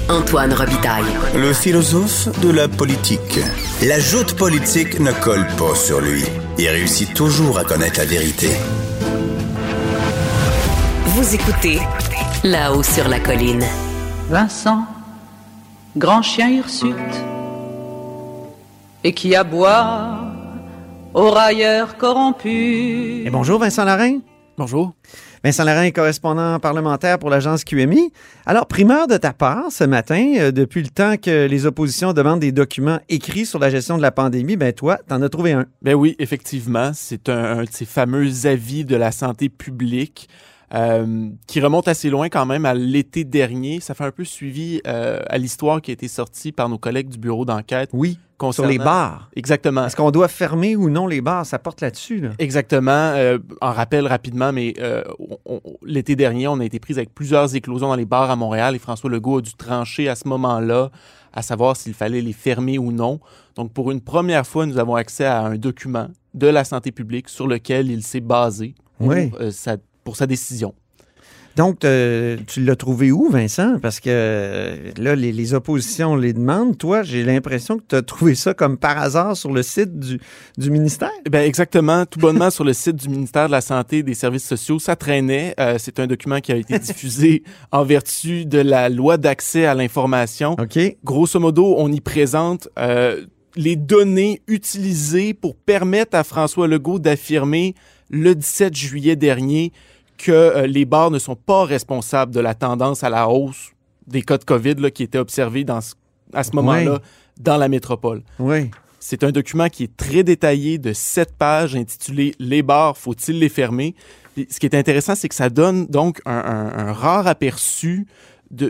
Antoine Robitaille. Le philosophe de la politique. La joute politique ne colle pas sur lui. Il réussit toujours à connaître la vérité. Vous écoutez Là-haut sur la colline. Vincent, grand chien hirsute, et qui aboie aux railleurs corrompus. Et bonjour Vincent Larrain. Bonjour. Vincent Larrain, correspondant parlementaire pour l'agence QMI. Alors, primeur de ta part ce matin, depuis le temps que les oppositions demandent des documents écrits sur la gestion de la pandémie, ben toi, t'en as trouvé un. Ben oui, effectivement, c'est un de ces fameux avis de la santé publique qui remonte assez loin quand même à l'été dernier. Ça fait un peu suivi à l'histoire qui a été sortie par nos collègues du bureau d'enquête. Oui, concernant... sur les bars. Exactement. Est-ce qu'on doit fermer ou non les bars? Ça porte là-dessus, là. Exactement. En rappel rapidement, mais l'été dernier, on a été pris avec plusieurs éclosions dans les bars à Montréal et François Legault a dû trancher à ce moment-là à savoir s'il fallait les fermer ou non. Donc, pour une première fois, nous avons accès à un document de la santé publique sur lequel il s'est basé pour sa décision. Donc, tu l'as trouvé où, Vincent? Parce que là, les oppositions les demandent. Toi, j'ai l'impression que tu as trouvé ça comme par hasard sur le site du ministère. Ben exactement, tout bonnement sur le site du ministère de la Santé et des Services sociaux. Ça traînait. C'est un document qui a été diffusé en vertu de la loi d'accès à l'information. OK. Grosso modo, on y présente les données utilisées pour permettre à François Legault d'affirmer le 17 juillet dernier que les bars ne sont pas responsables de la tendance à la hausse des cas de COVID là, qui étaient observés à ce moment-là dans la métropole. Oui. C'est un document qui est très détaillé de 7 pages intitulé « Les bars, faut-il les fermer ?» Et ce qui est intéressant, c'est que ça donne donc un rare aperçu de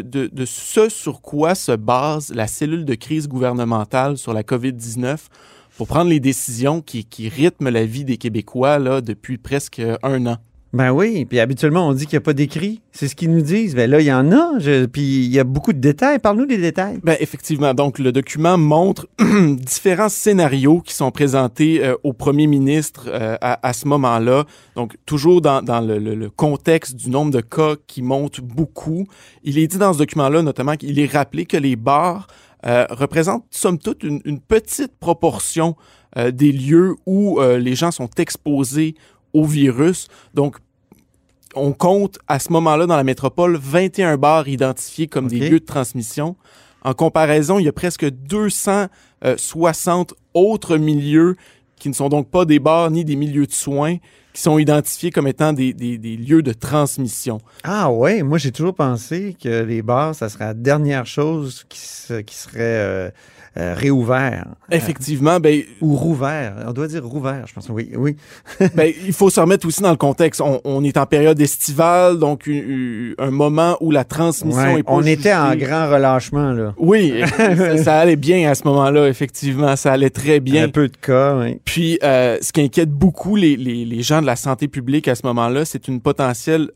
ce sur quoi se base la cellule de crise gouvernementale sur la COVID-19 pour prendre les décisions qui rythment la vie des Québécois là, depuis presque un an. Ben oui, puis habituellement, on dit qu'il n'y a pas d'écrit. C'est ce qu'ils nous disent. Ben là, il y en a, puis il y a beaucoup de détails. Parle-nous des détails. Ben effectivement, donc le document montre différents scénarios qui sont présentés au premier ministre à ce moment-là. Donc, toujours dans le contexte du nombre de cas qui monte beaucoup. Il est dit dans ce document-là, notamment, qu'il est rappelé que les bars représentent, somme toute, une petite proportion des lieux où les gens sont exposés au virus. Donc, on compte à ce moment-là dans la métropole 21 bars identifiés comme des lieux de transmission. En comparaison, il y a presque 260 autres milieux qui ne sont donc pas des bars ni des milieux de soins qui sont identifiés comme étant des lieux de transmission. Ah ouais, moi j'ai toujours pensé que les bars, ça serait la dernière chose qui serait réouvert. Effectivement, ou rouvert. On doit dire rouvert, je pense. Oui. Il faut se remettre aussi dans le contexte. On est en période estivale, donc un moment où la transmission est pas on jugée. était en grand relâchement, là. Oui, ça allait bien à ce moment-là, effectivement. Ça allait très bien. Un peu de cas, oui. Puis, ce qui inquiète beaucoup les gens de la santé publique à ce moment-là, c'est une potentielle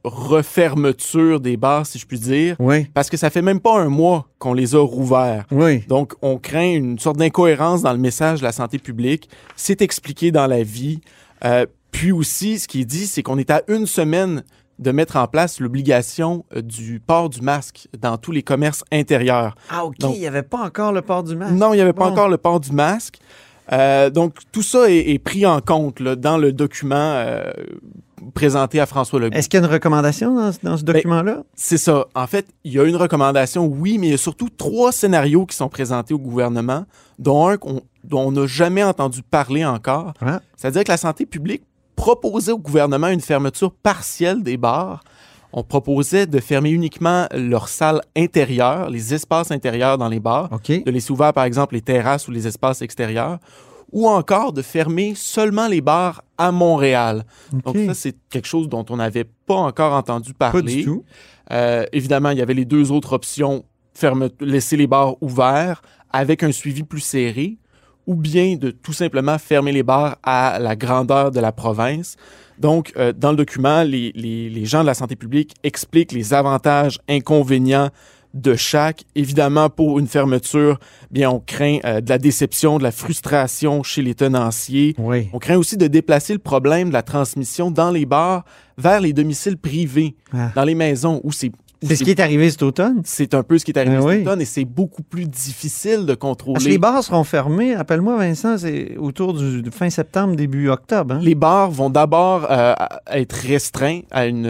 refermeture des bars, si je puis dire. Oui. Parce que ça fait même pas un mois qu'on les a rouverts. Oui. Donc, on craint une sorte d'incohérence dans le message de la santé publique. C'est expliqué dans la vie. Puis aussi, ce qui est dit, c'est qu'on est à une semaine de mettre en place l'obligation du port du masque dans tous les commerces intérieurs. Ah, OK. Donc, il n'y avait pas encore le port du masque. Non, il n'y avait pas encore le port du masque. Donc, tout ça est pris en compte là, dans le document présenté à François Legault. Est-ce qu'il y a une recommandation dans ce document-là? C'est ça. En fait, il y a une recommandation, oui, mais il y a surtout 3 scénarios qui sont présentés au gouvernement, dont un dont on n'a jamais entendu parler encore. Ah. C'est-à-dire que la santé publique proposait au gouvernement une fermeture partielle des bars. On proposait de fermer uniquement leurs salles intérieures, les espaces intérieurs dans les bars, de laisser ouverts, par exemple, les terrasses ou les espaces extérieurs, ou encore de fermer seulement les bars à Montréal. Donc ça, c'est quelque chose dont on n'avait pas encore entendu parler. Pas du tout. Évidemment, il y avait les 2 autres options, laisser les bars ouverts avec un suivi plus serré, ou bien de tout simplement fermer les bars à la grandeur de la province. Donc, dans le document, les gens de la santé publique expliquent les avantages, inconvénients de chaque. Évidemment, pour une fermeture, bien, on craint de la déception, de la frustration chez les tenanciers. Oui. On craint aussi de déplacer le problème de la transmission dans les bars vers les domiciles privés, dans les maisons, où c'est C'est ce qui est arrivé cet automne? C'est un peu ce qui est arrivé Ah cet oui. automne et c'est beaucoup plus difficile de contrôler. Parce que les bars seront fermés. Rappelle-moi, Vincent, c'est autour du fin septembre, début octobre. Hein? Les bars vont d'abord être restreints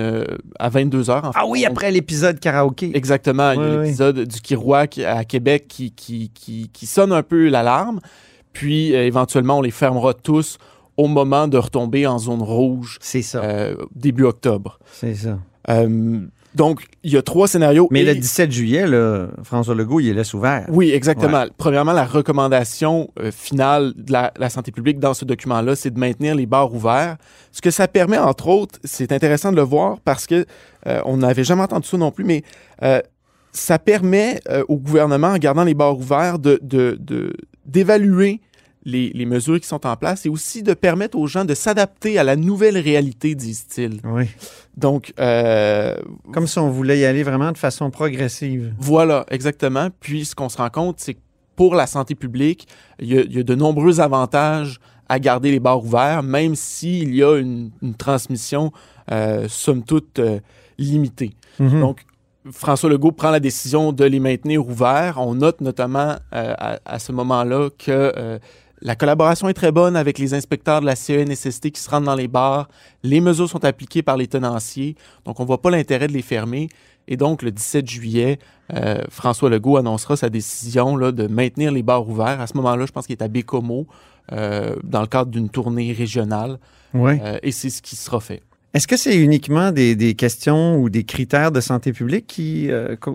à 22 heures. En fait. Ah oui, après l'épisode karaoké. Exactement. Il y a Oui, oui. l'épisode du Kirouac à Québec qui sonne un peu l'alarme. Puis, éventuellement, on les fermera tous au moment de retomber en zone rouge C'est ça. début octobre. C'est ça. Donc, il y a 3 scénarios. Mais et- le 17 juillet, là, François Legault, il laisse ouvert. Oui, exactement. Premièrement, la recommandation finale de la santé publique dans ce document-là, c'est de maintenir les bars ouverts. Ce que ça permet, entre autres, c'est intéressant de le voir parce que on n'avait jamais entendu ça non plus, mais ça permet au gouvernement, en gardant les bars ouverts, d'évaluer les mesures qui sont en place et aussi de permettre aux gens de s'adapter à la nouvelle réalité, disent-ils. Oui. Donc, Comme si on voulait y aller vraiment de façon progressive. voilà, exactement. Puis, ce qu'on se rend compte, c'est que pour la santé publique, il y a de nombreux avantages à garder les bars ouverts, même s'il y a une transmission, somme toute, limitée. Mhm. Donc, François Legault prend la décision de les maintenir ouverts. On note notamment à ce moment-là que la collaboration est très bonne avec les inspecteurs de la CENSST qui se rendent dans les bars. Les mesures sont appliquées par les tenanciers. Donc, on ne voit pas l'intérêt de les fermer. Et donc, le 17 juillet, François Legault annoncera sa décision là, de maintenir les bars ouverts. À ce moment-là, je pense qu'il est à Bécomo dans le cadre d'une tournée régionale. Oui. Et c'est ce qui sera fait. Est-ce que c'est uniquement des questions ou des critères de santé publique qui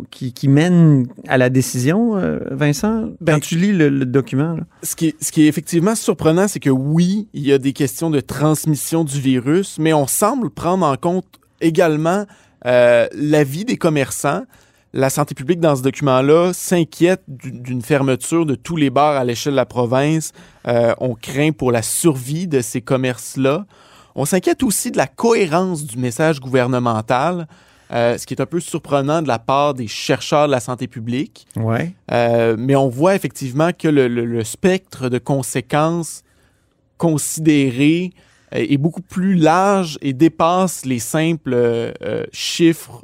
mènent à la décision, Vincent, quand tu lis le document? Là? Ce qui est effectivement surprenant, c'est que oui, il y a des questions de transmission du virus, mais on semble prendre en compte également l'avis des commerçants. La santé publique, dans ce document-là, s'inquiète d'une fermeture de tous les bars à l'échelle de la province. On craint pour la survie de ces commerces-là. On s'inquiète aussi de la cohérence du message gouvernemental, ce qui est un peu surprenant de la part des chercheurs de la santé publique. Oui. Mais on voit effectivement que le spectre de conséquences considérées est beaucoup plus large et dépasse les simples chiffres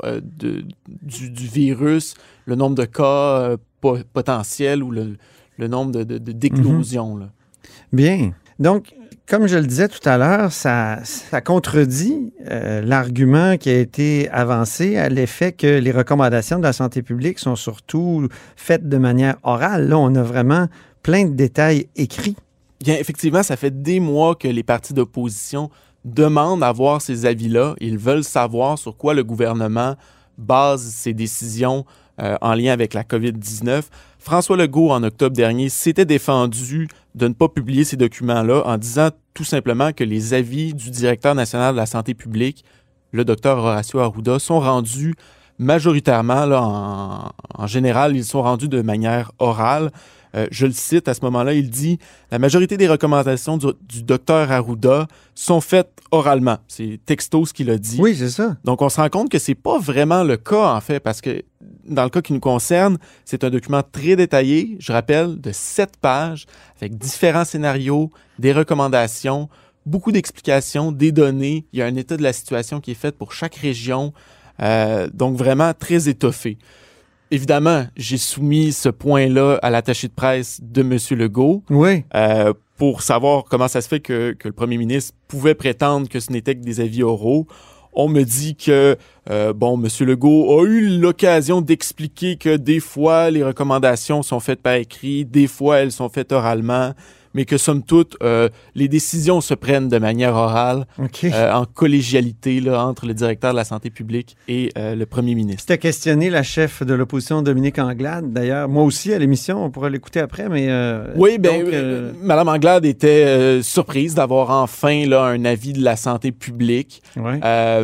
du virus, le nombre de cas potentiels ou le nombre d'éclosions. là. Bien. Donc, comme je le disais tout à l'heure, ça contredit l'argument qui a été avancé à l'effet que les recommandations de la santé publique sont surtout faites de manière orale. Là, on a vraiment plein de détails écrits. Bien, effectivement, ça fait des mois que les partis d'opposition demandent à voir ces avis-là. Ils veulent savoir sur quoi le gouvernement base ses décisions en lien avec la COVID-19. François Legault, en octobre dernier, s'était défendu de ne pas publier ces documents-là en disant tout simplement que les avis du directeur national de la santé publique, le docteur Horacio Arruda, sont rendus majoritairement, là, en général, ils sont rendus de manière orale. Je le cite à ce moment-là, il dit « La majorité des recommandations du docteur Arruda sont faites oralement. » C'est texto ce qu'il a dit. Oui, c'est ça. Donc, on se rend compte que c'est pas vraiment le cas, en fait, parce que dans le cas qui nous concerne, c'est un document très détaillé, je rappelle, de 7 pages, avec différents scénarios, des recommandations, beaucoup d'explications, des données. Il y a un état de la situation qui est fait pour chaque région, donc vraiment très étoffé. Évidemment, j'ai soumis ce point-là à l'attaché de presse de M. Legault. Oui. Pour savoir comment ça se fait que le premier ministre pouvait prétendre que ce n'était que des avis oraux. On me dit que, M. Legault a eu l'occasion d'expliquer que des fois, les recommandations sont faites par écrit, des fois, elles sont faites oralement, mais que, somme toute, les décisions se prennent de manière orale, OK. en collégialité là, entre le directeur de la santé publique et le premier ministre. Tu as questionné la chef de l'opposition, Dominique Anglade, d'ailleurs. Moi aussi, à l'émission, on pourra l'écouter après, mais... Oui, bien, donc, Mme Anglade était surprise d'avoir enfin là, un avis de la santé publique. ouais.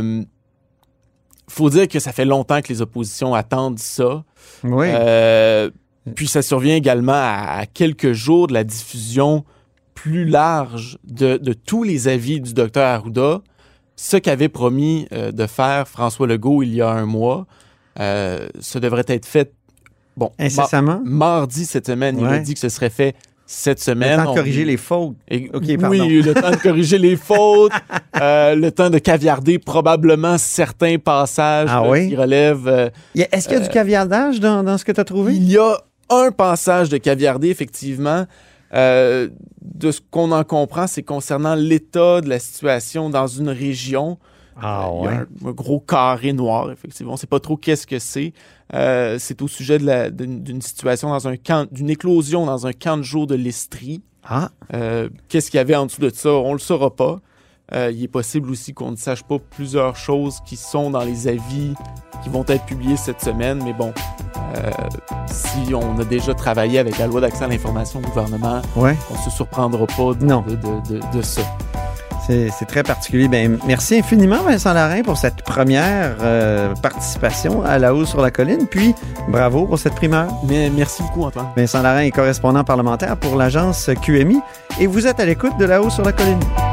Faut dire que ça fait longtemps que les oppositions attendent ça. Oui. Puis ça survient également à quelques jours de la diffusion plus large de tous les avis du docteur Arruda. Ce qu'avait promis de faire François Legault il y a un mois, ça devrait être fait incessamment? mardi cette semaine. Il a Ouais. dit que ce serait fait cette semaine. Le temps de corriger les fautes. Oui, le temps de corriger les fautes, le temps de caviarder probablement certains passages qui relèvent... Est-ce qu'il y a du caviardage dans ce que tu as trouvé? Il y a un passage de caviardé, effectivement. De ce qu'on en comprend, c'est concernant l'état de la situation dans une région. Il y a un gros carré noir, effectivement. On ne sait pas trop qu'est-ce que c'est. C'est au sujet d'une situation dans un camp, d'une éclosion dans un camp de jour de l'Estrie. Qu'est-ce qu'il y avait en dessous de ça? On ne le saura pas. Il est possible aussi qu'on ne sache pas plusieurs choses qui sont dans les avis qui vont être publiés cette semaine, mais bon, si on a déjà travaillé avec la loi d'accès à l'information au gouvernement, on ne se surprendra pas de ça. C'est très particulier. Merci infiniment, Vincent Larin, pour cette première participation à La Haut sur la colline. Puis, bravo pour cette primeur. Mais merci beaucoup, Antoine. Vincent Larin est correspondant parlementaire pour l'agence QMI. Et vous êtes à l'écoute de La Haut sur la colline.